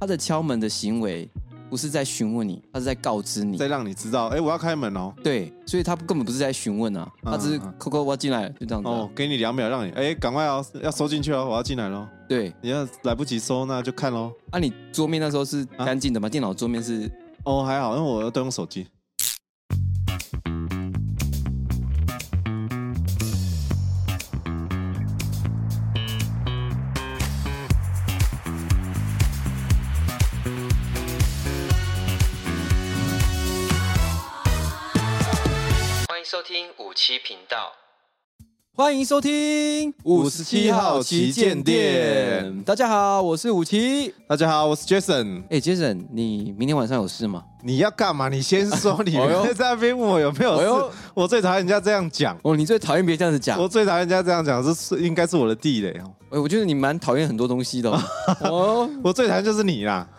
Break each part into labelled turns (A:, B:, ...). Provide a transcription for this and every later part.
A: 他的敲门的行为不是在询问你，他是在告知你，
B: 再让你知道，我要开门哦。
A: 对，所以他根本不是在询问啊，他只是扣扣我进来了，就这样子、啊。
B: 给你2秒，让你赶快要收进去哦，我要进来咯。
A: 对，
B: 你要来不及收，那就看咯。
A: 啊，你桌面那时候是干净的吗？电脑桌面是？
B: 还好，因为我都用手机。
A: 欢迎收听57频道。欢迎收听
B: 57号旗舰店。
A: 大家好，我是57。
B: 大家好，我是 Jason。
A: Jason， 你明天晚上有事吗？
B: 你要干嘛？你先说，你在那边问我有没有事。我最讨厌人家这样讲。
A: 你最讨厌别人这样子讲。
B: 我最讨厌人家这样讲，应该是我的地雷。
A: 我觉得你蛮讨厌很多东西的。
B: 我最讨厌就是你啦。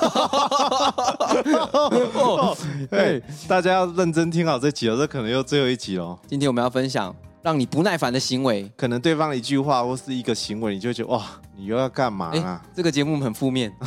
B: 大家要认真听好这集哦，这可能又最后一集咯。
A: 今天我们要分享让你不耐烦的行为，
B: 可能对方一句话或是一个行为，你就会觉得哇，你又要干嘛啊？
A: 这个节目很负面。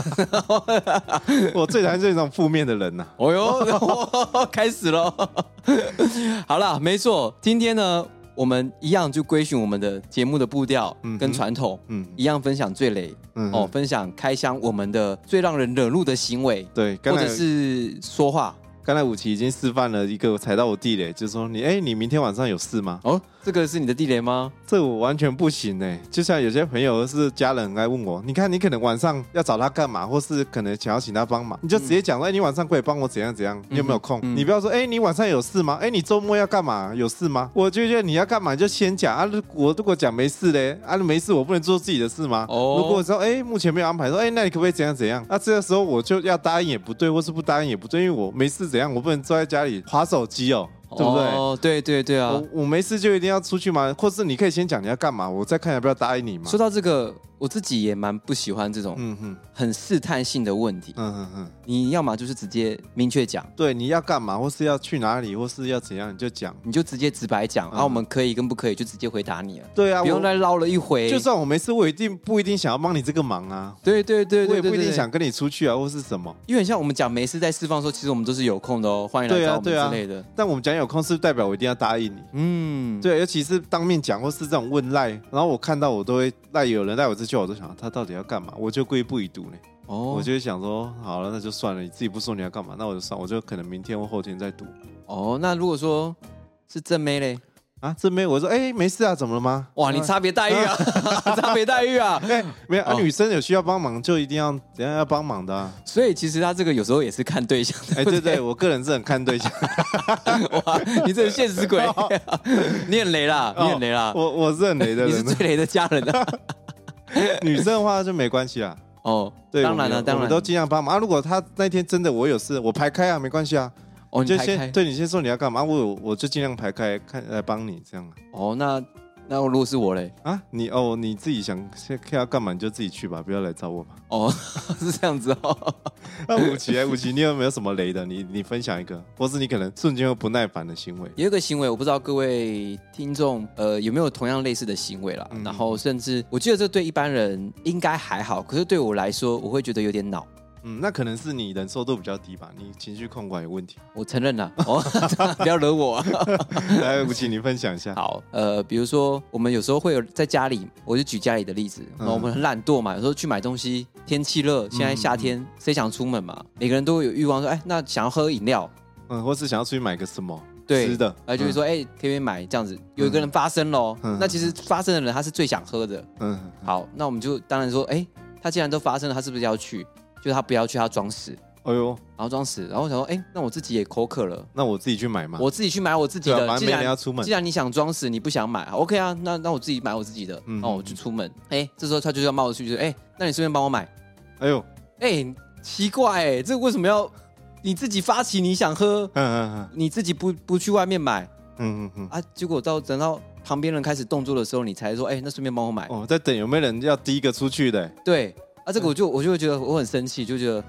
B: 我最讨厌这种负面的人呐。
A: 开始了。好啦，没错，今天呢，我们一样就归循我们的节目的步调跟传统，一样分享最雷，分享开箱我们的最让人惹怒的行为，
B: 对，
A: 或者是说话。
B: 刚才57已经示范了一个踩到我地雷，就是说你明天晚上有事吗？
A: 这个是你的地雷吗？
B: 这我完全不行哎！就像有些朋友是家人很爱问我，你看你可能晚上要找他干嘛，或是可能想要请他帮忙，你就直接讲说，你晚上可以帮我怎样怎样，你有没有空？你不要说你晚上有事吗？你周末要干嘛？有事吗？我就觉得你要干嘛你就先讲啊！我如果讲没事嘞，没事我不能做自己的事吗？如果说目前没有安排，说那你可不可以怎样怎样？那这个时候我就要答应也不对，或是不答应也不对，因为我没事怎样，我不能坐在家里滑手机哦。对不
A: 对？对啊！
B: 我没事就一定要出去吗？或是你可以先讲你要干嘛，我再看要不要答应你嘛。
A: 说到这个，我自己也蛮不喜欢这种很试探性的问题。你要嘛就是直接明确讲，
B: 对，你要干嘛，或是要去哪里，或是要怎样，你就讲，
A: 你就直接直白讲，我们可以跟不可以就直接回答你了。
B: 对啊，
A: 不用再唠了一回。
B: 就算我没事，我不一定想要帮你这个忙啊。
A: 对，
B: 我也不一定想跟你出去啊，或是什么。
A: 因为像我们讲没事在释放的时候，其实我们都是有空的哦，欢迎来找我们之类的。
B: 但我们讲有空是代表我一定要答应你。对，尤其是当面讲或是这种问赖，然后我看到我都会有人赖我这句，我都想他到底要干嘛，我就故意不已读呢。我就会想说，好了，那就算了，你自己不说你要干嘛，那我就算，我就可能明天或后天再读。
A: 那如果说是正妹嘞？
B: 正妹，我说没事啊，怎么了吗？
A: 哇，你差别待遇啊，差别待遇啊！
B: 没有女生有需要帮忙就一定要等下要帮忙的啊。
A: 所以其实他这个有时候也是看对象的。
B: 对，我个人是很看对象。
A: 哇，你这个现实鬼，你很雷啦，你很雷啦。
B: 我是很雷的人，
A: 你是最雷的家人啊。
B: 女生的话就没关系啦。
A: 对，当然了，当然，
B: 我们都尽量帮忙啊。如果他那天真的我有事，我排开啊，没关系啊。
A: 你就先
B: 对，你先说你要干嘛，我就尽量排开看来帮你这样
A: 啊。那如果是我嘞
B: 你自己想要干嘛你就自己去吧，不要来找我吧。
A: 是这样子哦。
B: 那57，你有没有什么雷的？你分享一个，或是你可能瞬间有不耐烦的行为？
A: 有一个行为，我不知道各位听众有没有同样类似的行为啦。然后甚至我记得这对一般人应该还好，可是对我来说，我会觉得有点恼。
B: 那可能是你忍受度比较低吧，你情绪控管有问题。
A: 我承认了。不要惹我。
B: 来，57，你分享一下。
A: 好，比如说我们有时候会有在家里，我就举家里的例子。我们很懒惰嘛，有时候去买东西，天气热，现在夏天，谁想出门嘛？每个人都有欲望说，那想要喝饮料，
B: 或是想要出去买个什么
A: 吃
B: 的，
A: 就会说，可不可以买这样子？有一个人发声咯，那其实发声的人他是最想喝的。好，那我们就当然说，他既然都发生了，他是不是要去？就是他不要去，他装死。然后装死，然后我想说，那我自己也口渴了，
B: 那我自己去买嘛。
A: 我自己去买我自己的。
B: 反正没人要出门。
A: 既然你想装死，你不想买 ，OK 啊，那我自己买我自己的，那我就出门。这时候他就要冒出去，就是那你顺便帮我买。奇怪这为什么要你自己发起？你想喝，你自己不去外面买，结果等到旁边人开始动作的时候，你才说，那顺便帮我买。
B: 在等有没有人要第一个出去的。
A: 对。这个我就会觉得我很生气，就觉得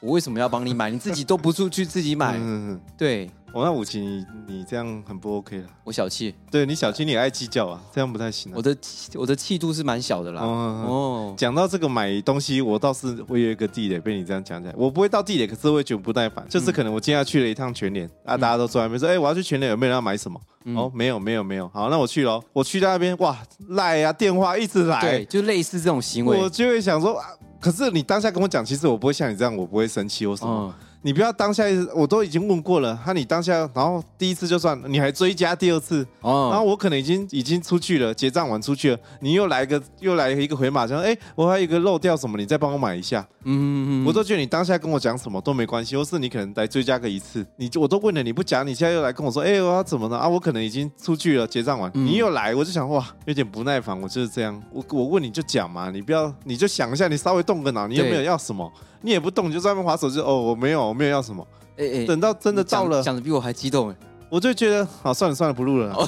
A: 我为什么要帮你买？你自己都不出去自己买。对。
B: 那57你这样很不 OK 了。
A: 我小气。
B: 对，你小气，你也爱计较啊，这样不太行啊。
A: 我的气度是蛮小的啦。
B: 讲到这个买东西，我有一个地雷，被你这样讲起来，我不会到地雷，可是我会觉得不耐烦。就是可能我今天要去了一趟全联大家都坐在那边说，我要去全联，有没有人要买什么？没有，好，那我去咯。我去到那边，哇，赖啊，电话一直来，
A: 对，就类似这种行为，
B: 我就会想说，可是你当下跟我讲，其实我不会像你这样，我不会生气或什么。你不要当下，我都已经问过了，你当下，然后第一次就算，你还追加第二次，然后我可能已经出去了，结账完出去了，你又来一个回马枪，我还有一个漏掉什么，你再帮我买一下，我都觉得你当下跟我讲什么都没关系，或是你可能来追加个一次，我都问了你不讲，你现在又来跟我说，我要怎么呢？我可能已经出去了，结账完，你又来，我就想哇，有点不耐烦，我就是这样，我问你就讲嘛，你不要，你就想一下，你稍微动个脑，你有没有要什么？你也不动，你就在那边滑手机。我没有要什么。等到真的到了，
A: 讲的比我还激动
B: 我就觉得好，算了，不录了。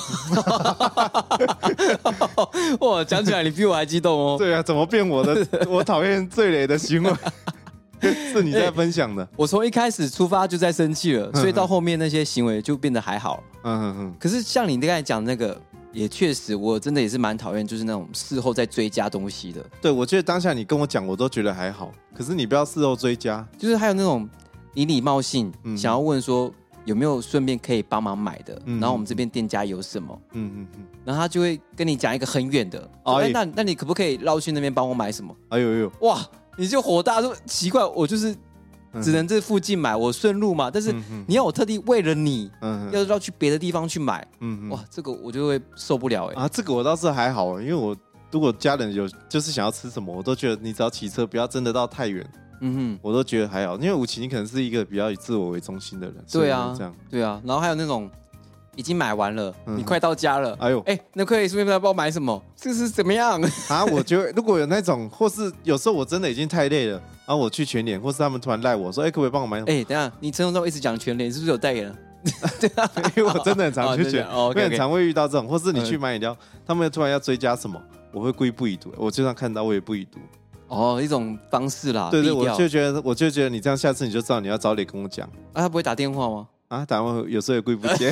A: 哇，讲起来你比我还激动哦。
B: 对啊，怎么变我讨厌最雷的行为是你在分享的。
A: 我从一开始出发就在生气了，所以到后面那些行为就变得还好。可是像你刚才讲那个。也确实，我真的也是蛮讨厌，就是那种事后再追加东西的。
B: 对，我觉得当下你跟我讲，我都觉得还好。可是你不要事后追加，
A: 就是还有那种以礼貌性想要问说有没有顺便可以帮忙买的，然后我们这边店家有什么，然后他就会跟你讲一个很远的，那你可不可以绕去那边帮我买什么？哇，你就火大说奇怪，我就是只能这附近买，我顺路嘛。但是你要我特地为了你，要绕去别的地方去买，哇，这个我就会受不了
B: 这个我倒是还好，因为我如果家人有就是想要吃什么，我都觉得你只要骑车，不要真的到太远，我都觉得还好。因为57你可能是一个比较以自我为中心的人，
A: 对啊，
B: 这样
A: 对啊。然后还有那种已经买完了，你快到家了，那可以顺便帮我买什么？这是怎么样
B: 我觉得如果有那种，或是有时候我真的已经太累了。然后我去全联，或是他们突然赖我说：“可不可以帮我买？”
A: 等一下，你陈忠一直讲全联，是不是有代言了？
B: 对啊，因为我真的很常去全，我很常会遇到这种，或是你去买饮料，他们突然要追加什么，我会故意不已读，我就算看到我也不已读。
A: 一种方式啦。
B: 对，我就觉得你这样，下次你就知道你要早点跟我讲。
A: 他不会打电话吗？
B: 打电话有时候也故意不接。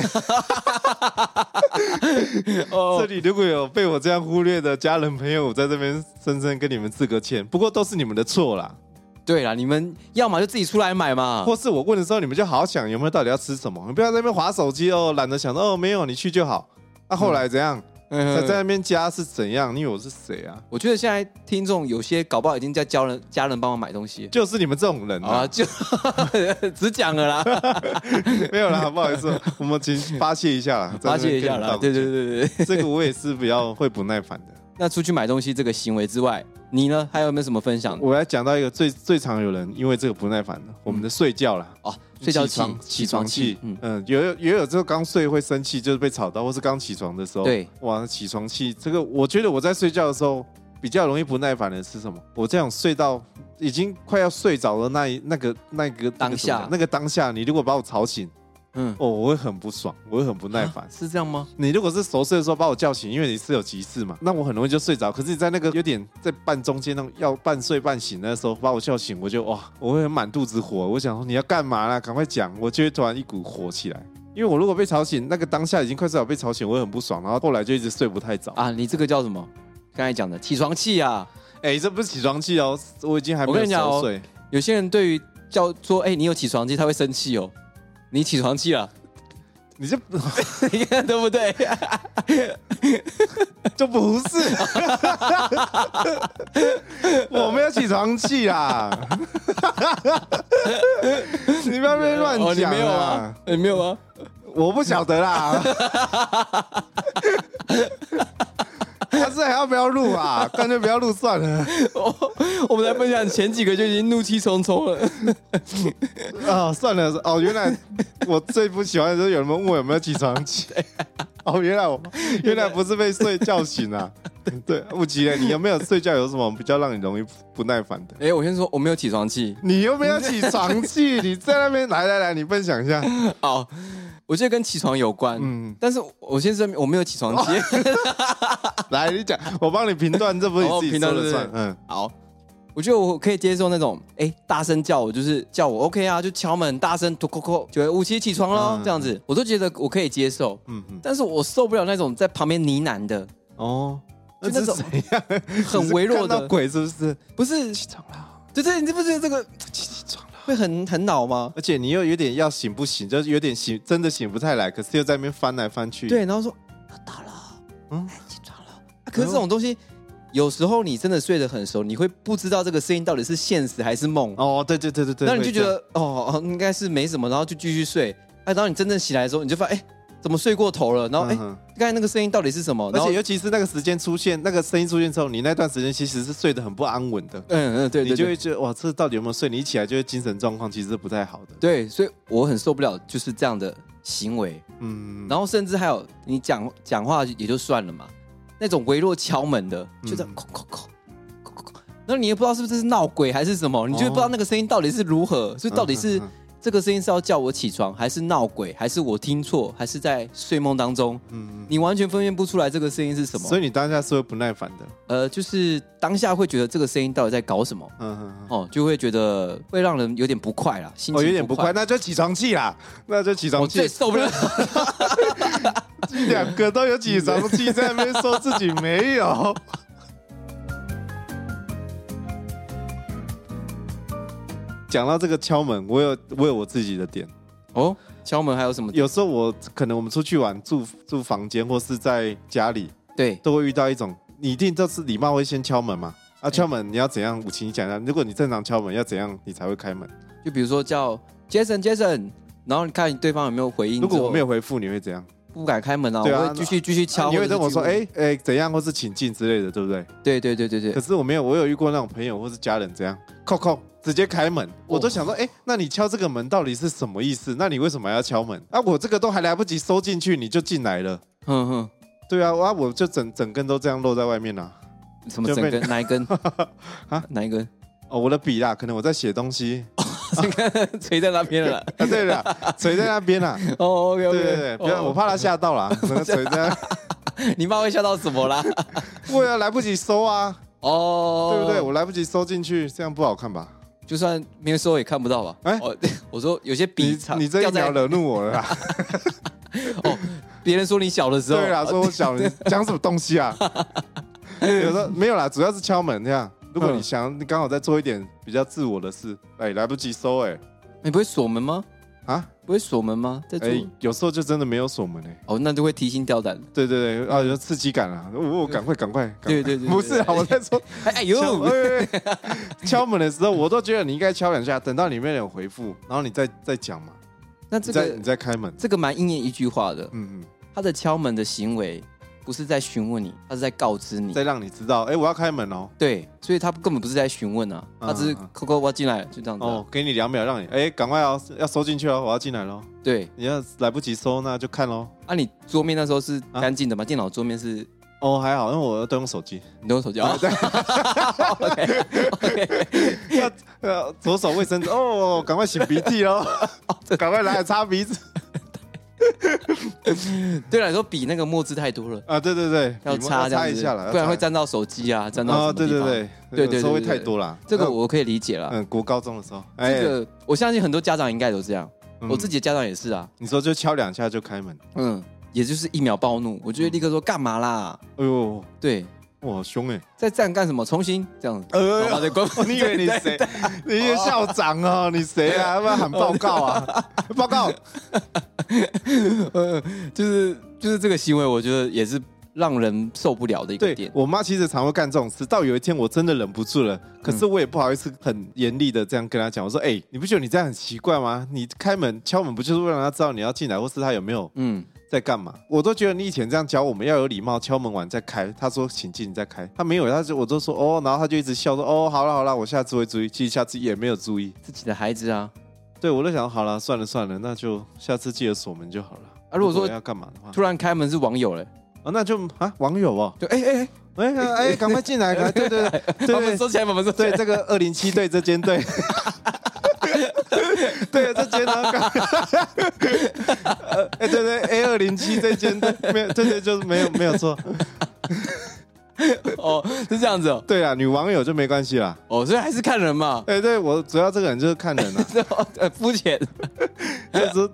B: 这里如果有被我这样忽略的家人朋友，我在这边深深跟你们致个歉。不过都是你们的错啦。
A: 对啦，你们要么就自己出来买嘛，
B: 或是我问的时候，你们就好好想有没有到底要吃什么，你不要在那边滑手机懒得想没有，你去就好。后来怎样？在那边加是怎样？你以为我是谁啊？
A: 我觉得现在听众有些搞不好已经在教家人帮我买东西，
B: 就是你们这种人
A: 就只讲了啦，
B: 没有啦，不好意思，我们请发泄一下啦，
A: 发泄一下啦，对，
B: 这个我也是比较会不耐烦的。
A: 那出去买东西这个行为之外，你呢还有没有什么分享？
B: 我来讲到一个最常有人因为这个不耐烦的，我们的睡觉啦。
A: 睡觉
B: 起床气，也有这个刚睡会生气，就是被吵到，或是刚起床的时候，
A: 对，
B: 哇，起床气，这个我觉得我在睡觉的时候比较容易不耐烦的是什么？我这样睡到已经快要睡着的那个当下，你如果把我吵醒。我会很不爽，我会很不耐烦，
A: 是这样吗？
B: 你如果是熟睡的时候把我叫醒，因为你是有急事嘛，那我很容易就睡着。可是你在那个有点在半中间那种要半睡半醒的时候把我叫醒，我就我会很满肚子火。我想说你要干嘛啦？赶快讲！我就会突然一股火起来，因为我如果被吵醒，那个当下已经快睡着被吵醒，我会很不爽，然后后来就一直睡不太着
A: 啊。你这个叫什么？刚才讲的起床气啊？
B: 这不是起床气哦，我已经还没有熟睡。
A: 有些人对于叫说你有起床气，他会生气哦。你起床气了，
B: 你就
A: 你看对不对？
B: 就不是，我没有起床气啦。你不要被乱讲。
A: 你没有啊？你没有啊？
B: 我不晓得啦。下次还要不要录啊？干脆不要录算了。
A: 我们来分享前几个就已经怒气冲冲了。
B: 算了。原来我最不喜欢的是有人问我有没有起床气。原来不是被睡叫醒啊。对，57你有没有睡觉有什么比较让你容易不耐烦的？
A: 我先说我没有起床气。
B: 你又没有起床气？你在那边来，你分享一下。
A: 我觉得跟起床有关，但是我先声明我没有起床气。
B: 来，你讲，我帮你评断，这不是你自己说了算。
A: 好， 我觉得我可以接受那种，大声叫我，就是叫我 OK 啊，就敲门大声，突就57起床咯，这样子，我都觉得我可以接受。但是我受不了那种在旁边呢喃的
B: 哦，
A: 就那种很微弱的
B: 看到鬼是不是？
A: 不是起床了，对，你不觉得这个起床了会很恼吗？
B: 而且你又有点要醒不醒，就是有点醒，真的醒不太来，可是又在那边翻来翻去。
A: 对，然后说要打了，起床了。可是这种东西。有时候你真的睡得很熟，你会不知道这个声音到底是现实还是梦。
B: 哦，对，
A: 然后你就觉得应该是没什么，然后就继续睡。然后你真正起来的时候，你就发现怎么睡过头了？然后刚才那个声音到底是什么？
B: 而且尤其是那个时间出现，那个声音出现之后，你那段时间其实是睡得很不安稳的。
A: 对，
B: 你就会觉得哇，这到底有没有睡？你一起来就会精神状况其实是不太好的。
A: 对，所以我很受不了就是这样的行为。然后甚至还有你讲话也就算了嘛，那种微弱敲门的，就在叩，然后你也不知道是不是闹鬼还是什么，你就不知道那个声音到底是如何，所以到底是这个声音是要叫我起床，还是闹鬼，还是我听错，还是在睡梦当中，你完全分辨不出来这个声音是什么。
B: 所以你当下是会不耐烦
A: 的。就是当下会觉得这个声音到底在搞什么，就会觉得会让人有点不快啦，心情
B: 有点不快，那就起床气啦，那就起床气。
A: 我最受不了。
B: 两个都有起床气，在那边说自己没有。讲到这个敲门，我有我自己的点
A: 哦。敲门还有什么？
B: 有时候我们出去玩，住房间或是在家里，
A: 对，
B: 都会遇到一种，你一定都是礼貌会先敲门嘛。敲门你要怎样？武奇，你讲一下，如果你正常敲门要怎样，你才会开门？
A: 就比如说叫 Jason， 然后你看对方有没有回应。
B: 如果我没有回复，你会怎样？
A: 不敢开门啊，我会继续敲。
B: 你会跟我说怎样，或是请进之类的，对不对？
A: 对。
B: 可是我没有，我有遇过那种朋友或是家人怎样，叩直接开门，我都想说，那你敲这个门到底是什么意思？那你为什么要敲门？我这个都还来不及收进去，你就进来了。对啊，我就整根都这样露在外面了。
A: 什么整根？哪一根？哪一根？
B: 我的笔啦，可能我在写东西。
A: 垂在那边了。
B: 对了，垂在那边啦。
A: OK，
B: 对，不要，我怕他吓到啦。垂在，
A: 你怕会吓到什么啦？
B: 我要来不及收啊。对不对？我来不及收进去，这样不好看吧？
A: 就算没有收也看不到吧？我说有些笔长，
B: 你这一秒惹怒我了啦。
A: 别人说你小的时候，
B: 对啦，说我小，你讲什么东西啊？有时候没有啦，主要是敲门这样。如果你刚好在做一点比较自我的事，来不及收
A: 你不会锁门吗？不会锁门吗？
B: 有时候就真的没有锁门
A: 那就会提心吊胆。
B: 对，有刺激感啊！赶快！
A: 对，
B: 不是啊，我在说，敲门的时候，我都觉得你应该敲两下，等到里面有回复，然后你再讲嘛。
A: 那这个
B: 你再开门，
A: 这个蛮应验一句话的。他的敲门的行为不是在询问你，他是在告知你，
B: 再让你知道，我要开门哦。
A: 对，所以他根本不是在询问啊，他只是扣我进来，就这样子。
B: 给你2秒，让你赶快要收进去哦，我要进来咯。
A: 对，
B: 你要来不及收，那就看咯。
A: 你桌面那时候是干净的吗？电脑桌面是？
B: 还好，因为我都用手机。
A: 你都用手机啊？
B: 对。左手卫生纸赶快擤鼻涕咯，赶快来擦鼻子。
A: 对来说比那个墨汁太多了
B: 啊！对，
A: 要擦
B: 一下了，
A: 不然会沾到手机啊，沾到
B: 对，有时候会太多了。
A: 这个我可以理解了。
B: 国高中的时候，
A: 这个我相信很多家长应该都这样，我自己的家长也是啊。
B: 你说就敲2下就开门，
A: 也就是1秒暴怒，我就会立刻说干嘛啦？对。
B: 哇，好凶
A: 在站干什么？重新这样子。
B: 你以为你谁？你是校长哦？你谁啊？要不要喊报告啊？报告。
A: 就是这个行为，我觉得也是让人受不了的一个点。
B: 我妈其实常会干这种事，到有一天我真的忍不住了，可是我也不好意思很严厉的这样跟她讲，我说：“你不觉得你这样很奇怪吗？你开门敲门不就是为了让她知道你要进来，或是她有没有在干嘛？我都觉得你以前这样教我们要有礼貌，敲门完再开。他说请进再开，他没有，我就说然后他就一直笑说好了，我下次会注意。其实下次也没有注意
A: 自己的孩子啊。
B: 对，我就想好了，算了，那就下次记得锁门就好了。
A: 如果说
B: 要干嘛的话，
A: 突然开门是网友
B: 那就网友哦，
A: 就
B: 赶快进来，对，
A: 把门收起来，把门收起来。
B: 对，这个207队这间队。对，这间呢，对 ，A207 这间对，没有，对，就是没有错。
A: 哦，是这样子哦。
B: 对啊，女网友就没关系啦。
A: 哦，所以还是看人嘛。
B: 对，我主要这个人就是看人啊，
A: 肤浅。
B: 就是说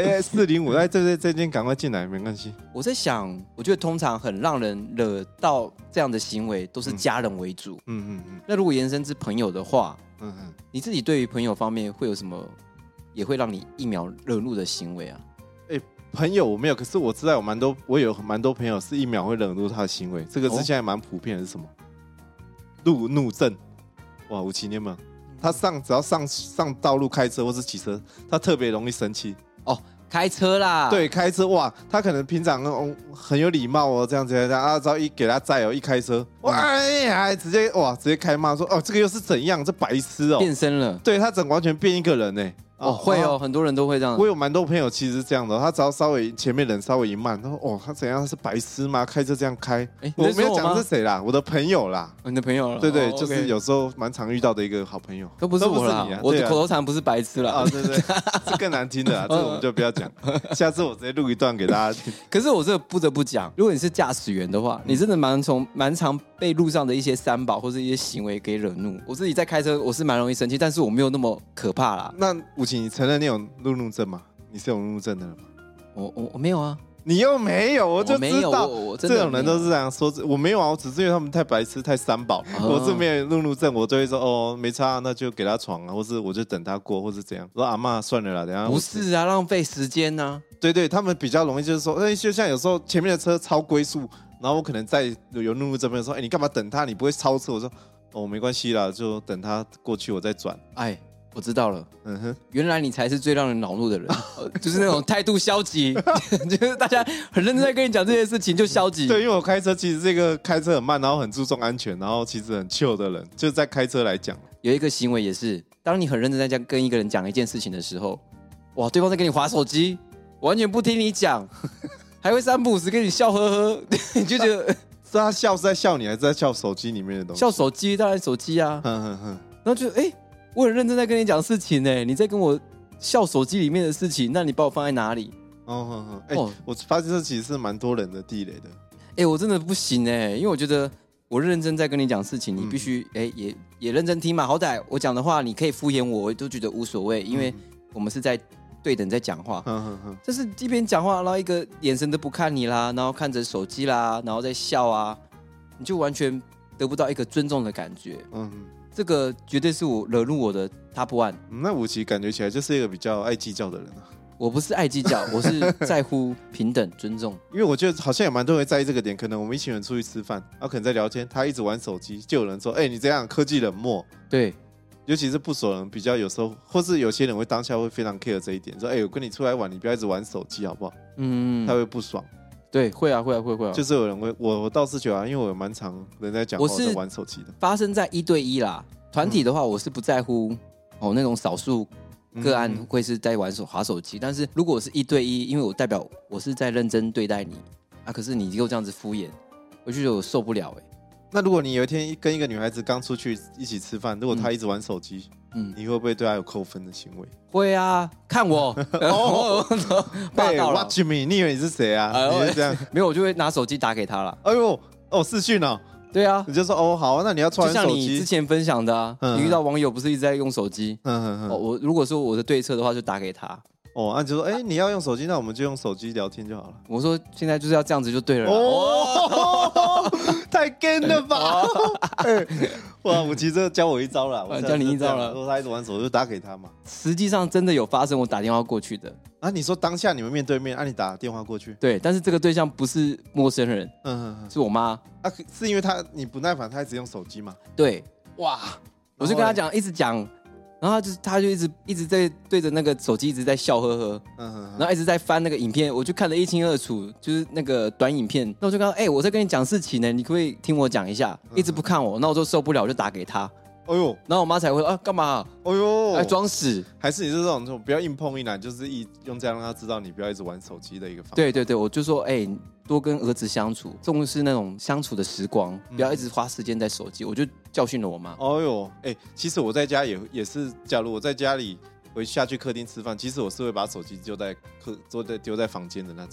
B: 405，哎，这件赶快进来，没关系。
A: 我在想，我觉得通常很让人惹到这样的行为，都是家人为主。那如果延伸至朋友的话，你自己对于朋友方面会有什么，也会让你一秒惹怒的行为啊？
B: 朋友我没有，可是我知道我有蛮多朋友是一秒会惹怒他的行为，这个是现在蛮普遍的，是什么？路怒症。哇，57年嘛，他只要上道路开车或是骑车，他特别容易生气。
A: 哦，开车啦。
B: 对，开车哇，他可能平常很有礼貌哦，这样啊，只要一给他载哦，一开车，哇，直接开骂说，哦，这个又是怎样？这白痴哦，
A: 变身了。
B: 对他完全变一个人呢。
A: 哦，会哦，很多人都会这样。
B: 我有蛮多朋友其实是这样的，他只要稍微前面人稍微一慢，他说哦，他怎样？他是白痴吗？开车这样开？我没有讲是谁啦，我的朋友啦。
A: 你的朋友了？
B: 对，就是有时候蛮常遇到的一个好朋友，
A: 都不是我啦，我的口头禅不是白痴啦。
B: 啊，对，是更难听的啦，这个我们就不要讲。下次我直接录一段给大家听。
A: 可是我这不得不讲，如果你是驾驶员的话，你真的蛮常被路上的一些三宝或是一些行为给惹怒。我自己在开车，我是蛮容易生气，但是我没有那么可怕啦。
B: 那57，你承认你有路怒症吗？你是有路怒症的人吗？
A: 我没有啊。
B: 你又没有，我就知道
A: 我
B: 这种人都是这样说。我没有啊，我只是因为他们太白痴、太三宝。我是没有路怒症，我就会说哦，没差，那就给他闯啊，或是我就等他过，或是怎样。说阿嬷算了啦，等下。
A: 不是啊，浪费时间啊。
B: 对，他们比较容易就是说，就像有时候前面的车超龟速，然后我可能在有路怒症的时候，你干嘛等他？你不会超车？我说哦，没关系啦，就等他过去我再转。
A: 我知道了，原来你才是最让人恼怒的人，就是那种态度消极，就是大家很认真在跟你讲这件事情就消极。
B: 对，因为我开车其实是一个开车很慢，然后很注重安全，然后其实很 chill 的人，就是在开车来讲，
A: 有一个行为也是，当你很认真在跟一个人讲一件事情的时候，哇，对方在跟你滑手机，完全不听你讲，还会3不5时跟你笑呵呵，你就觉得是
B: 他笑是在笑你，还是在笑手机里面的东西？
A: 笑手机，当然手机啊，然后就我很认真在跟你讲事情呢，你在跟我笑手机里面的事情，那你把我放在哪里？
B: 我发现这其实是蛮多人的地雷的。
A: 我真的不行因为我觉得我认真在跟你讲事情，你必须也认真听嘛。好歹我讲的话你可以敷衍我，我都觉得无所谓，因为我们是在对等在讲话。但是一边讲话，然后一个眼神都不看你啦，然后看着手机啦，然后在笑啊，你就完全得不到一个尊重的感觉。这个绝对是我惹怒我的 top one。
B: 那57感觉起来就是一个比较爱计较的人啊。
A: 我不是爱计较，我是在乎平等尊重。
B: 因为我觉得好像有蛮多人在意这个点，可能我们一群人出去吃饭，然后可能在聊天，他一直玩手机，就有人说：“你这样科技冷漠。”
A: 对，
B: 尤其是不熟人，比较有时候，或是有些人会当下会非常 care 这一点，说：“我跟你出来玩，你不要一直玩手机，好不好？”他会不爽。
A: 对，会啊。
B: 就是有人会，我倒是觉得因为我有蛮常人在讲话在玩手机的，
A: 发生在1对1啦。团体的话，我是不在乎那种少数个案会是在滑手机，但是如果我是1对1，因为我代表我是在认真对待你啊，可是你又这样子敷衍，我就觉得我受不了
B: 那如果你有一天跟一个女孩子刚出去一起吃饭，如果她一直玩手机，你会不会对她有扣分的行为？
A: 会啊，看我霸道了
B: ，Watch me， 你以为你是谁啊？你是这样？
A: 没有，我就会拿手机打给她了。
B: 视讯哦。
A: 对啊，
B: 你就说好，那你要传手机，
A: 就像你之前分享的啊，你遇到网友不是一直在用手机，我如果说我的对策的话，就打给他。
B: 那就说你要用手机，那我们就用手机聊天就好了。
A: 我说现在就是要这样子就对了。
B: 太 gay 了吧！哇，我其实教我一招了，我
A: 教你一招了。
B: 如果他一直玩手机，就打给他嘛。
A: 实际上真的有发生，我打电话过去的。
B: 你说当下你们面对面，你打电话过去？对，
A: 但是这个对象不是陌生人，是我妈。
B: 是因为你不耐烦，他一直用手机嘛？
A: 对，哇，我就跟他讲，一直讲。然后他就一直在对着那个手机一直在笑呵呵，然后一直在翻那个影片，我就看得一清二楚，就是那个短影片。那我就跟他我在跟你讲事情呢，你可不可以听我讲一下？一直不看我，那我就受不了，我就打给他。然后我妈才会说干嘛？装死？
B: 还是你是这种不要硬碰硬来，就是用这样让他知道你不要一直玩手机的一个方法。
A: 对，我就说多跟儿子相处，重视那种相处的时光，不要一直花时间在手机。我就教训了我妈。
B: 其实我在家也是，假如我在家里回下去客厅吃饭，其实我是会把手机丢在房间的那种。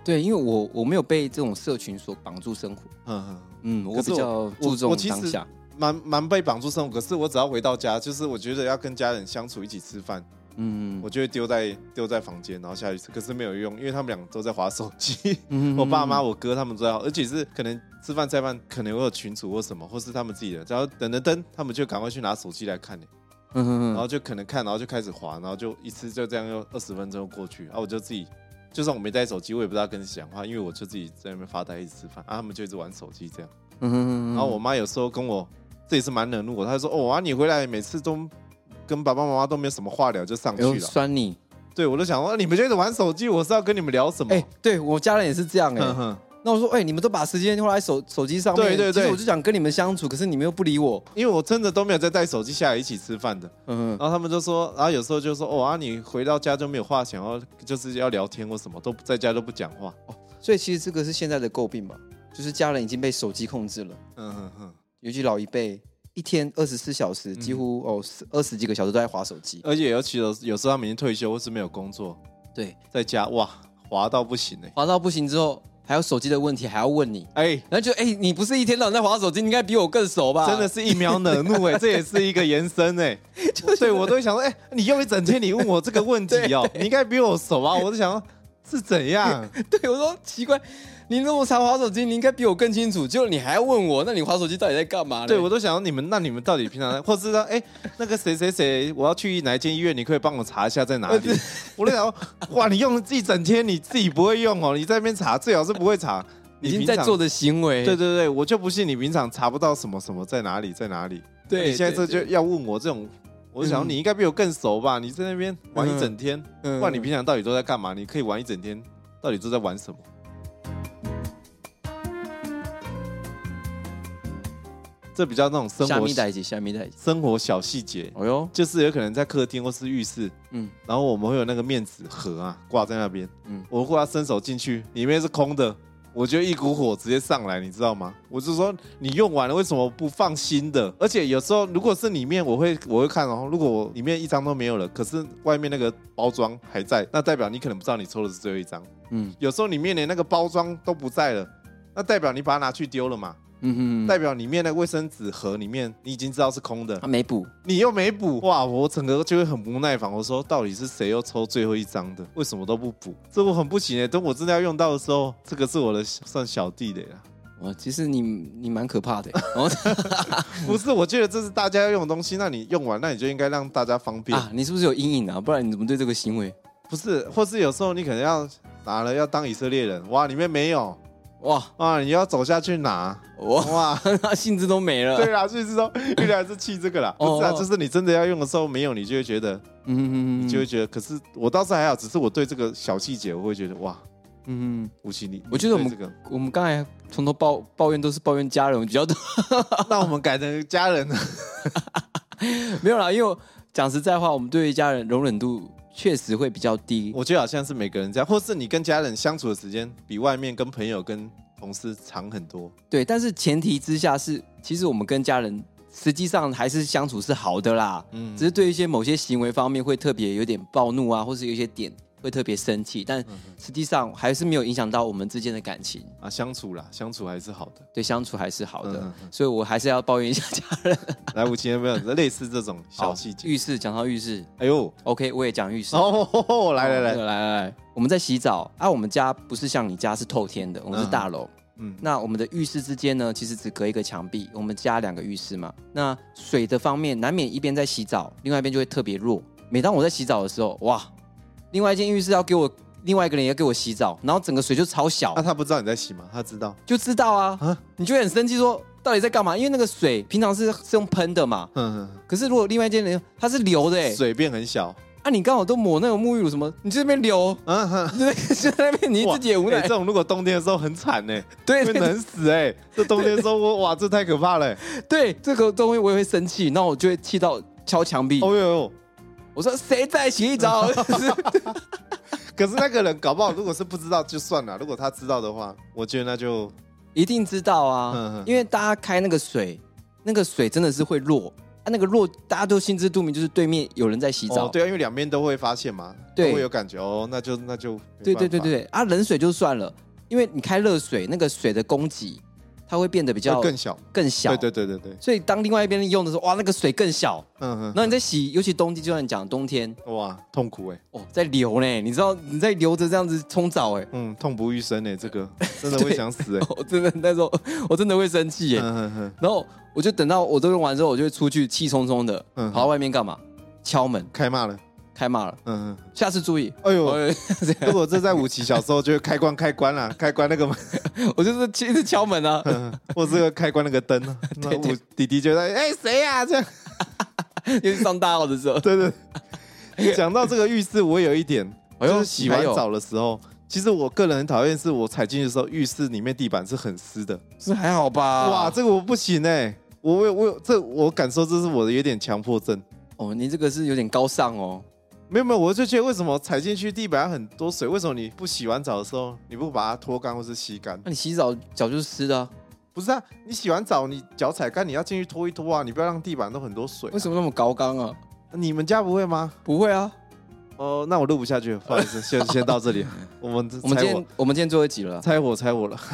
A: 对，因为我没有被这种社群所绑住生活。我比较注重当下。
B: 蛮被绑住生活，可是我只要回到家，就是我觉得要跟家人相处，一起吃饭，我就会丢在房间，然后下去吃。可是没有用，因为他们俩都在滑手机。我爸妈、我哥他们都在，而且是可能吃饭菜饭，可能会有群组或什么，或是他们自己的，然后等，他们就赶快去拿手机来看。然后就可能看，然后就开始滑，然后就一次就这样又20分钟过去，然后我就自己，就算我没带手机，我也不知道跟谁讲话，因为我就自己在那边发呆一直吃饭，他们就一直玩手机这样。然后我妈有时候跟我。这也是蛮惹怒我，他说：“哦你回来每次都跟爸爸妈妈都没有什么话聊，就上去了。”
A: 酸你，
B: 对我就想说，你们就一直玩手机，我是要跟你们聊什么？
A: 对我家人也是这样那我说，你们都把时间花在手机上面，对，其实我就想跟你们相处，可是你们又不理我，
B: 因为我真的都没有在带手机下来一起吃饭的。然后他们就说，然后有时候就说，你回到家就没有话想要，就是要聊天或什么，都在家都不讲话。
A: 所以其实这个是现在的诟病吧，就是家人已经被手机控制了。尤其老一辈。一天24小时，几乎20几个小时都在滑手机，
B: 而且尤其有时候他们已经退休或是没有工作，
A: 对，
B: 在家滑到不行
A: 滑到不行之后，还有手机的问题还要问你，然后就你不是一天到晚在滑手机，你应该比我更熟吧？
B: 真的是一秒惹怒这也是一个延伸对我都会想说，你用一整天你问我这个问题你应该比我熟啊，我就想说是怎样？
A: 对我说奇怪。你那么常滑手机，你应该比我更清楚。结果你还要问我，那你滑手机到底在干嘛呢？
B: 对我都想说你们到底平常，或是说，那个谁，我要去哪一间医院，你可以帮我查一下在哪里？我就想说，哇，你用一整天，你自己不会用你在那边查，最好是不会查。
A: 已经在做的行为。
B: 对，我就不信你平常查不到什么在哪里。对，你现在这就要问我这种，我就想你应该比我更熟吧？你在那边玩一整天，不然你平常到底都在干嘛？你可以玩一整天，到底都在玩什么？这比较那种生活小细节，就是有可能在客厅或是浴室，然后我们会有那个面纸盒挂在那边，我如果要伸手进去，里面是空的，我觉得一股火直接上来，你知道吗？我就说你用完了为什么不放新的？而且有时候如果是里面我会看如果我里面一张都没有了，可是外面那个包装还在，那代表你可能不知道你抽的是最后一张。有时候里面连那个包装都不在了，那代表你把它拿去丢了嘛。代表里面的卫生纸盒里面你已经知道是空的，
A: 他没补，
B: 你又没补，哇！我整个就会很不耐烦。我说到底是谁又抽最后一张的？为什么都不补？这我很不行等我真的要用到的时候，这个是我的算小弟的呀。
A: 其实你蛮可怕的
B: 不是，我觉得这是大家要用的东西，那你用完，那你就应该让大家方便
A: 你是不是有阴影啊？不然你怎么对这个行为？
B: 不是，或是有时候你可能要拿了要当以色列人，哇，里面没有。你要走下去拿哇，
A: 兴致都没了。
B: 对啦，兴致都原来是气这个啦。不是就是你真的要用的时候没有，你就会觉得，你就会觉得。可是我倒是还好，只是我对这个小细节，我会觉得哇，吴奇你，
A: 我觉得我们刚才从头抱怨都是抱怨家人比较多，
B: 那我们改成家人了。
A: 没有啦，因为讲实在话，我们对于家人容忍度确实会比较低。
B: 我觉得好像是每个人这样，或是你跟家人相处的时间比外面跟朋友跟同事长很多。
A: 对，但是前提之下是，其实我们跟家人实际上还是相处是好的啦。只是对一些某些行为方面会特别有点暴怒或是有一些点会特别生气，但实际上还是没有影响到我们之间的感情
B: 相处还是好的。
A: 对，相处还是好的。所以我还是要抱怨一下家人。
B: 来，吴奇有没有类似这种小细节？
A: 浴室，讲到浴室，
B: 哎呦
A: ，OK， 我也讲浴室。来，我们在洗澡我们家不是像你家是透天的，我们是大楼。那我们的浴室之间呢，其实只隔一个墙壁。我们家2个浴室嘛，那水的方面难免一边在洗澡，另外一边就会特别弱。每当我在洗澡的时候，哇！另外一间浴室要给我另外一个人也要给我洗澡，然后整个水就超小。
B: 他不知道你在洗吗？他知道，
A: 就知道啊。你就会很生气，说到底在干嘛？因为那个水平常是用喷的嘛。可是如果另外一间人他是流的
B: 水变很小。
A: 你刚好都抹那种沐浴乳什么，你就在那边流。就在那边你自己也无奈。
B: 这种如果冬天的时候很惨
A: 对，
B: 会冷死这冬天的时候哇，这太可怕了。
A: 对，这个东西我也会生气，那我就会气到敲墙壁。我说谁在洗澡？
B: 可是那个人搞不好，如果是不知道就算了，如果他知道的话，我觉得那就
A: 一定知道啊。因为大家开那个水真的是会弱， 那个若大家都心知肚明，就是对面有人在洗澡。
B: 对啊，因为两边都会发现嘛，
A: 对，
B: 都会有感觉那就
A: 对啊，冷水就算了，因为你开热水，那个水的供给它会变得比较
B: 更小。对。
A: 所以当另外一边用的时候，哇，那个水更小。然后你在洗，尤其冬季，就像你讲冬天，
B: 哇，痛苦
A: 在流呢，你知道你在流着这样子冲澡
B: 痛不欲生这个真的会想死
A: 我真的那时候我真的会生气然后我就等到我都用完之后，我就会出去气冲冲的跑到外面干嘛？敲门
B: 开骂了。
A: 下次注意。
B: 哎呦，如果这在武奇小时候就会开关啦，开关那个门，
A: 我就是一直敲门啊，
B: 或是开关那个灯啊。那弟弟就在谁呀这样，
A: 因为上大号的时候。
B: 对。讲到这个浴室，我有一点，就是洗完澡的时候，其实我个人很讨厌，是我踩进去的时候，浴室里面地板是很湿的。
A: 是还好吧？
B: 哇，这个我不行我感受这是我的有点强迫症。
A: 你这个是有点高尚哦。
B: 没有，我就觉得为什么踩进去地板很多水，为什么你不洗完澡的时候你不把它脱干或是吸干？
A: 那你洗澡脚就是湿的
B: 不是啊，你洗完澡你脚踩干，你要进去拖一拖啊，你不要让地板都很多水
A: 为什么那么高刚啊？
B: 你们家不会吗？
A: 不会啊。
B: 那我录不下去了，不好意思，先到这里。我们
A: 今天最后一集了，
B: 猜我了。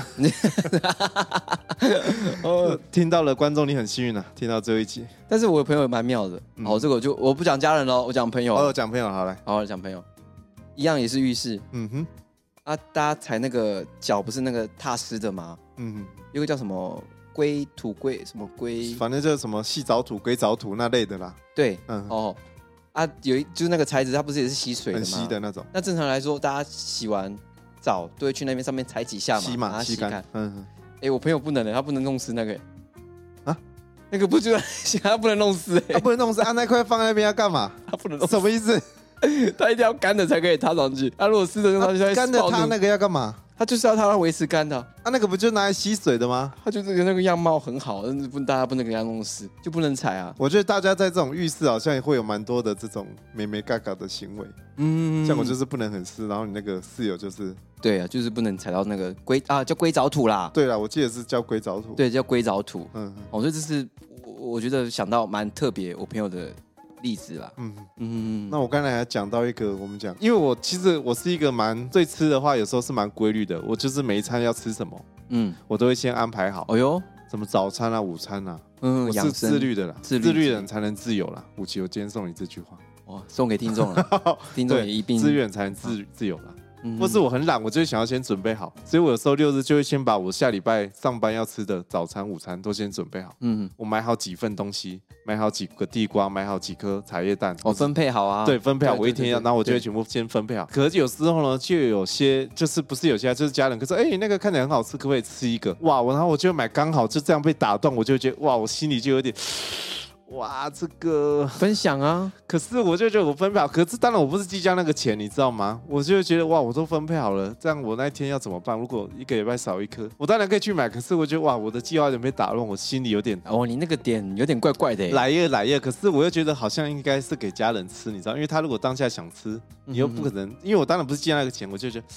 B: 听到了，观众你很幸运啊，听到最后一集。
A: 但是我的朋友蛮妙的。这个我不讲家人了，我讲朋友。
B: 讲朋友，好来，
A: 好讲朋友，一样也是浴室。大家踩那个脚不是那个踏湿的吗？有个叫什么龟土龟什么龟，
B: 反正就是什么细藻土、龟藻土那类的啦。
A: 对，就是那个材质，它不是也是吸水的吗？
B: 很稀的那种。
A: 那正常来说，大家洗完澡都会去那边上面踩几下嘛，
B: 把它吸干。
A: 我朋友不能他不能弄湿那个那个不就他不能弄湿
B: 他不能弄湿那块放在那边要干嘛？
A: 他不能弄湿，
B: 什么意思？
A: 他一定要干的才可以踏上去。他如果湿的用上去，
B: 干的他那个要干嘛？
A: 他就是要它维持干的。
B: 那个不就拿来吸水的吗？
A: 他就是那个样貌很好，但是大家不能给他弄湿，就不能踩啊。
B: 我觉得大家在这种浴室好像会有蛮多的这种美美嘎嘎的行为。像我就是不能很湿，然后你那个室友就是。
A: 对啊，就是不能踩到那个叫硅藻土啦。
B: 对啦，我记得是叫硅藻土。
A: 对，叫硅藻土。所以这是我觉得想到蛮特别，我朋友的例子啦。
B: 那我刚才还讲到一个，我们讲，因为其实我是一个对吃的话，有时候是蛮规律的。我就是每一餐要吃什么，我都会先安排好。什么早餐啊、午餐啊，我是自律的啦。自律人才能自由啦。武奇，我今天送你这句话，
A: 送给听众了，听众也一并。
B: 自律人才能自由啦。或是我很懒，我就想要先准备好，所以我有时候6日就会先把我下礼拜上班要吃的早餐、午餐都先准备好。我买好几份东西，买好几个地瓜，买好几颗茶叶蛋，
A: 分配好啊。
B: 对，分配好，我一天要，然后我就会全部先分配好。可是有时候呢，就有些就是不是有些就是家人，可是那个看起来很好吃，可不可以吃一个？哇，然后我就买刚好就这样被打断，我就觉得哇，我心里就有点。哇，这个
A: 分享啊！
B: 可是我就觉得我分配好，可是当然我不是计较那个钱，你知道吗？我就觉得哇，我都分配好了，这样我那天要怎么办？如果一个礼拜少一颗，我当然可以去买，可是我觉得哇，我的计划有点被打乱，我心里有点
A: 你那个点有点怪怪的。
B: 来耶！可是我又觉得好像应该是给家人吃，你知道，因为他如果当下想吃，你又不可能，因为我当然不是计较那个钱，我就觉得。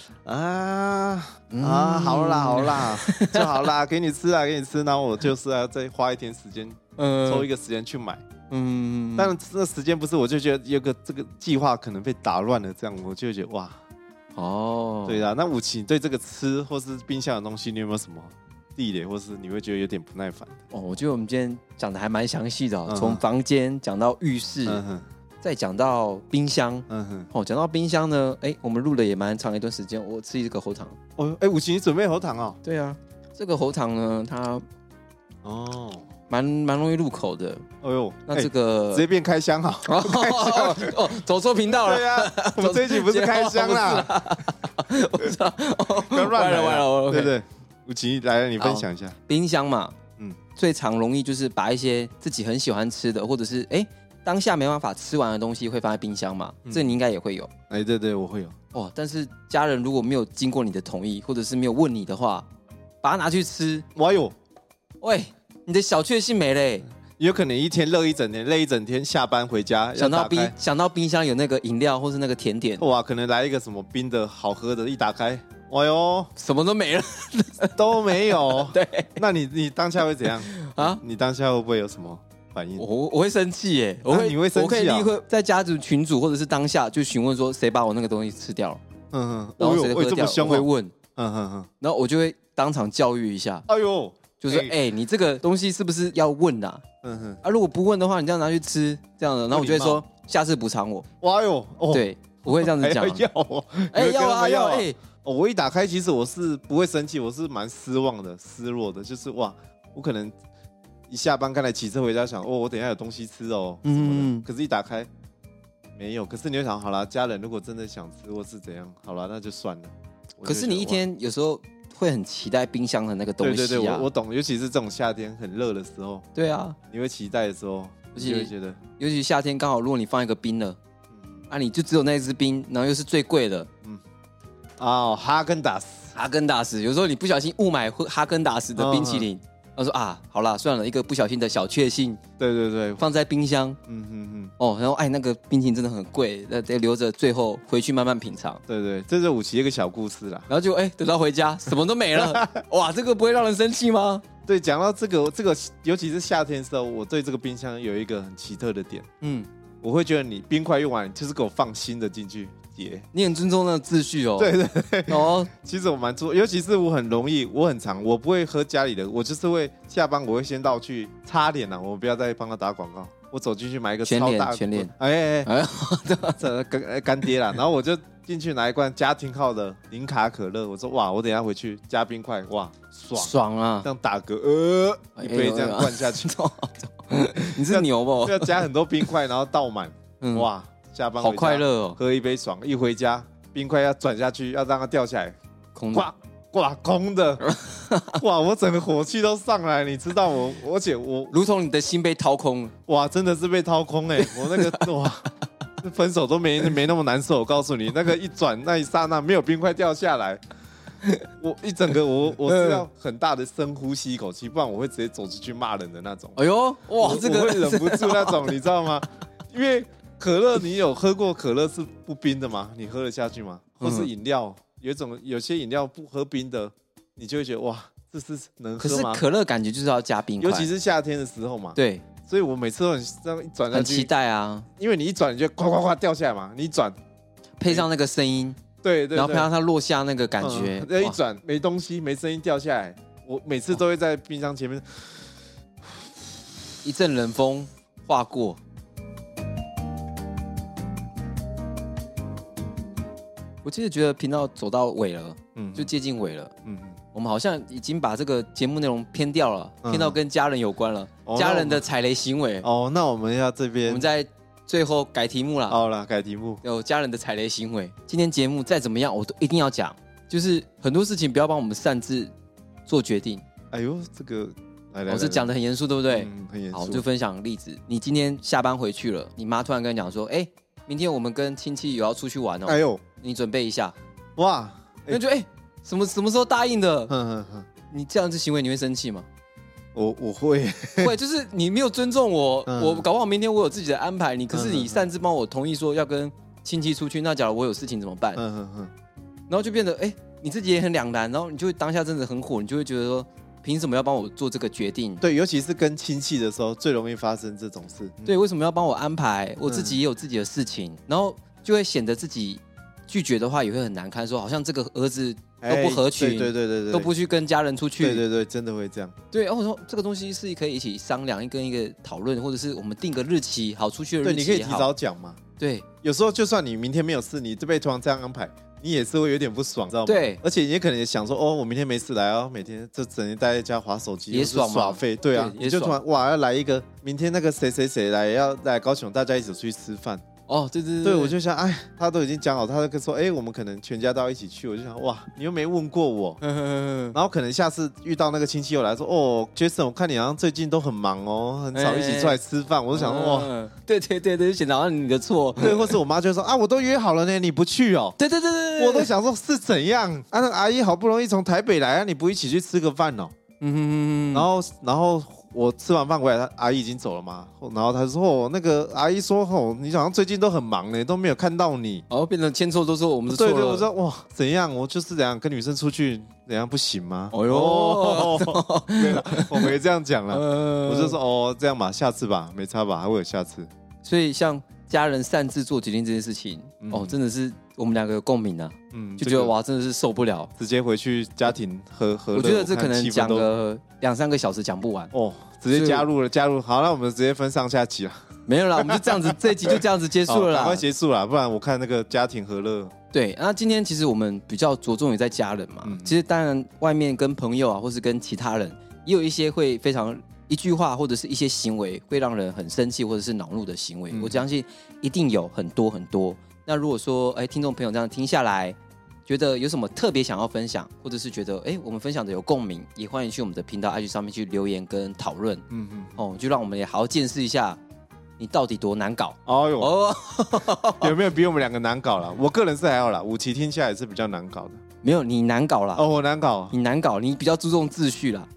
B: 好啦，就好啦，给你吃，然后我就是要再花一天时间，抽一个时间去买，当然这时间不是，我就觉得有个这个计划可能被打乱了，这样我就觉得哇，对啦，那武奇，你对这个吃或是冰箱的东西，你有没有什么地雷，或是你会觉得有点不耐烦？
A: 我觉得我们今天讲的还蛮详细的，从房间讲到浴室。再讲到冰箱，讲到冰箱呢，我们录了也蛮长一段时间。我吃一个喉糖，
B: 武奇，你准备喉糖哦？
A: 对啊，这个喉糖呢，它蛮容易入口的。
B: 那
A: 这个
B: 直接变开箱哈？
A: 走错频道了。
B: 对啊，我们这一集不是开箱啦。
A: 我知道，
B: 不要乱来
A: 了。
B: 对，武奇来了，你分享一下
A: 冰箱嘛。最常容易就是把一些自己很喜欢吃的，或者是当下没办法吃完的东西会放在冰箱嘛？这你应该也会有。
B: 对，我会有。
A: 但是家人如果没有经过你的同意，或者是没有问你的话，把它拿去吃，喂，你的小确幸没嘞。
B: 有可能一天热一整天，累一整天，下班回家
A: 想到冰箱有那个饮料或是那个甜点，
B: 哇，可能来一个什么冰的好喝的，一打开，
A: 什么都没了，
B: 都没有。
A: 对，
B: 那你当下会怎样啊？你当下会不会有什么？ 反应？
A: 我会生气耶，
B: 你会生气啊？
A: 我可以立刻在家族群组或者是当下就询问说谁把我那个东西吃掉了，然后谁喝掉，我会问，然后我就会当场教育一下，哎呦，就是你这个东西是不是要问啊？如果不问的话，你这样拿去吃这样的，然后我就会说下次补偿我。哇哟，对，我会这样子讲。要
B: 我一打开，其实我是不会生气，我是蛮失望的、失落的，就是哇，我可能一下班刚才骑车回家想，我等一下有东西吃哦，可是一打开没有，可是你会想，好啦，家人如果真的想吃或是怎样，好啦，那就算了。
A: 可是你一天有时候会很期待冰箱的那个东西啊。
B: 对，我懂，尤其是这种夏天很热的时候。对
A: 啊，
B: 你会期待的时候，你会觉得，
A: 尤其夏天刚好，如果你放一个冰的，你就只有那一支冰，然后又是最贵的，
B: 哈根达
A: 斯，有时候你不小心误买哈根达斯的冰淇淋，他说好啦，算了，一个不小心的小确幸，
B: 对，
A: 放在冰箱，然后那个冰淇淋真的很贵，得留着最后回去慢慢品尝，
B: 对，这是57一个小故事啦。
A: 然后就等到回家什么都没了，哇，这个不会让人生气吗？
B: 对，讲到这个，尤其是夏天的时候，我对这个冰箱有一个很奇特的点，我会觉得你冰块用完，就是给我放新的进去。
A: 你很尊重那个秩序哦。
B: 对，其实我蛮注，尤其是我很常，我不会喝家里的，我就是会下班我会先到去擦脸啊，我不要再帮他打广告，我走进去买一个超大
A: 全脸，
B: 干爹啦，然后我就进去拿一罐家庭号的零卡可乐，我说哇，我等一下回去加冰块，哇，
A: 爽啊，
B: 这样打嗝，一杯这样灌下去，
A: 你是牛不？
B: 要加很多冰块，然后倒满，哇。下班
A: 好快乐哦，
B: 喝一杯爽，一回家冰块要转下去，要让它掉下来，空的，哇！我整个火气都上来，你知道而且我
A: 如同你的心被掏空，
B: 哇，真的是被掏空我那个哇，分手都没那么难受。我告诉你，那个一转那一刹那没有冰块掉下来，我一整个我是要很大的深呼吸一口气，不然我会直接走出去骂人的那种。哎呦，哇，这个我会忍不住那种，你知道吗？因为可乐，你有喝过可乐是不冰的吗？你喝得下去吗？或是饮料，有些饮料不喝冰的，你就会觉得哇，这是能喝吗？
A: 可是可乐感觉就是要加冰块，
B: 尤其是夏天的时候嘛。对，所以我每次都很这样一转下去，
A: 很期待啊，
B: 因为你一转你就呱呱呱掉下来嘛，你一转
A: 配上那个声音，
B: 对，
A: 然后配上它落下那个感觉，
B: 一转没东西没声音掉下来，我每次都会在冰箱前面
A: 一阵冷风划过。我其实觉得频道走到尾了，就接近尾了，我们好像已经把这个节目内容偏掉了，偏到跟家人有关了，家人的踩雷行为。
B: 那我们要这边，
A: 我们在最后改题目了。
B: 好了，改题目，
A: 有家人的踩雷行为。今天节目再怎么样，我都一定要讲，就是很多事情不要帮我们擅自做决定。哎呦，这个我是讲的很严肃，对不对？很严肃。好，我就分享例子。你今天下班回去了，你妈突然跟你讲说，明天我们跟亲戚有要出去玩哦。哎呦，你准备一下。哇，那就什么时候答应的？你这样子行为你会生气吗？
B: 我会，
A: 就是你没有尊重我，我搞不好明天我有自己的安排，可是你擅自帮我同意说要跟亲戚出去，那假如我有事情怎么办？然后就变得你自己也很两难，然后你就会当下真的很火，你就会觉得说，凭什么要帮我做这个决定？
B: 对，尤其是跟亲戚的时候，最容易发生这种事。
A: 对，为什么要帮我安排？我自己也有自己的事情，然后就会显得自己拒绝的话也会很难堪，说好像这个儿子都不合群，对，都不去跟家人出去，
B: 对，真的会这样。
A: 对，然后我说这个东西是可以一起商量，跟一个讨论，或者是我们定个日期，好出去的日期，
B: 对，你可以提早讲嘛。对，有时候就算你明天没有事，你就被突然这样安排。你也是会有点不爽，知道吗？对，而且你也可能也想说，我明天没事来每天就整天待在家滑手机，
A: 也爽嘛，
B: 耍废，对啊，你就突然哇要来一个，明天那个谁要来高雄，大家一起出去吃饭。对，我就想，他都已经讲好，他就说，我们可能全家都要一起去，我就想，哇，你又没问过我，然后可能下次遇到那个亲戚又来说，Jason， 我看你好像最近都很忙很少一起出来吃饭，我就想说，哇，
A: 对，就显得好像你的错，
B: 对，或是我妈就说，我都约好了呢，你不去哦，
A: 对，
B: 我都想说是怎样，那阿姨好不容易从台北来你不一起去吃个饭哦，然后我吃完饭回来，阿姨已经走了嘛，然后他说那个阿姨说你好像最近都很忙呢，都没有看到你，
A: 变成牵错都说我们是错了。
B: 对，我说哇怎样，我就是怎样跟女生出去怎样不行吗？
A: 哦哟，
B: 对了，我没这样讲了，我就说这样吧，下次吧，没差吧，还会有下次。
A: 所以像家人擅自做决定这件事情，真的是我们两个有共鸣啊，就觉得哇，真的是受不了，
B: 直接回去家庭和乐。
A: 我觉得这可能讲个2-3个小时讲不完
B: 直接加入，好，那我们直接分上下集了。
A: 没有啦，我们就这样子，这一集就这样子结束了啦，
B: 赶快结束啦，不然我看那个家庭和乐。
A: 对，那今天其实我们比较着重于在家人嘛，其实当然外面跟朋友啊，或是跟其他人，也有一些会非常一句话或者是一些行为会让人很生气或者是恼怒的行为，我相信一定有很多很多。那如果说听众朋友这样听下来，觉得有什么特别想要分享，或者是觉得我们分享的有共鸣，也欢迎去我们的频道 IG 上面去留言跟讨论。就让我们也好好见识一下你到底多难搞。
B: 有没有比我们两个难搞啦？我个人是还好啦，武奇听下来是比较难搞的。
A: 没有，你难搞啦。
B: 我难搞，
A: 你难搞，你比较注重秩序啦。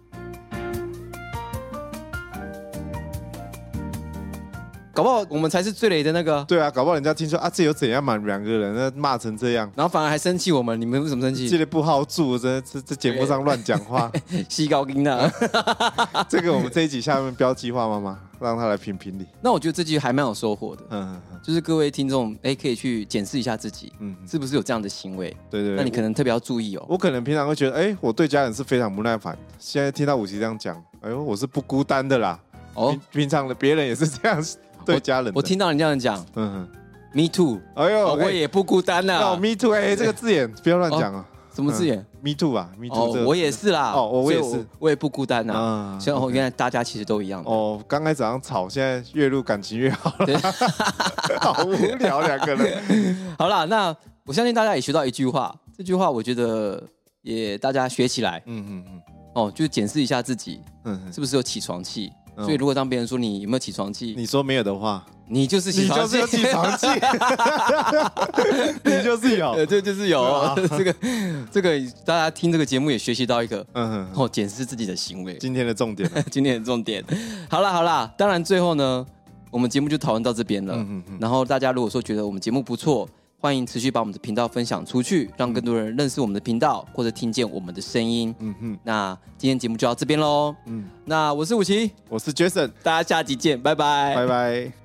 A: 搞不好我们才是最雷的那个。
B: 对啊，搞不好人家听说这有怎样嘛，2个人那骂成这样，
A: 然后反而还生气我们，你们为什么生气？
B: 这里不好住，这节目上乱讲话，
A: 西高音的。
B: 这个我们这一集下面标记化妈妈，让他来评评理。
A: 那我觉得这集还蛮有收获的，就是各位听众可以去检视一下自己，是不是有这样的行为？
B: 对，
A: 那你可能特别要注意哦。
B: 我可能平常会觉得，我对家人是非常不耐烦，现在听到武奇这样讲，我是不孤单的啦。平常的别人也是这样。对家人，
A: 我听到你这样讲，Me too，我也不孤单啦。
B: Me too， 这个字眼不要乱讲啊。
A: 什么字眼
B: ？Me too 啊，Me too，
A: 我也是啦。
B: 我也是，
A: 我也不孤单呐。所以原来大家其实都一样的。
B: 刚开始早上吵，现在越录感情越好了。好无聊2个人。
A: 好啦，那我相信大家也学到一句话，这句话我觉得也大家学起来。就是检视一下自己，是不是有起床气。所以如果当别人说你有没有起床气，
B: 你说没有的话，
A: 你就是起床气，
B: 你就是有起床气，你就是有，
A: 这就是有。这个大家听这个节目也学习到一个，检视自己的行为。
B: 今天的重点，
A: 今天的重点。好啦，当然最后呢，我们节目就讨论到这边了。然后大家如果说觉得我们节目不错，欢迎持续把我们的频道分享出去，让更多人认识我们的频道，或者听见我们的声音。那今天节目就到这边喽。那我是武奇，
B: 我是 Jason，
A: 大家下集见，拜拜，
B: 拜拜。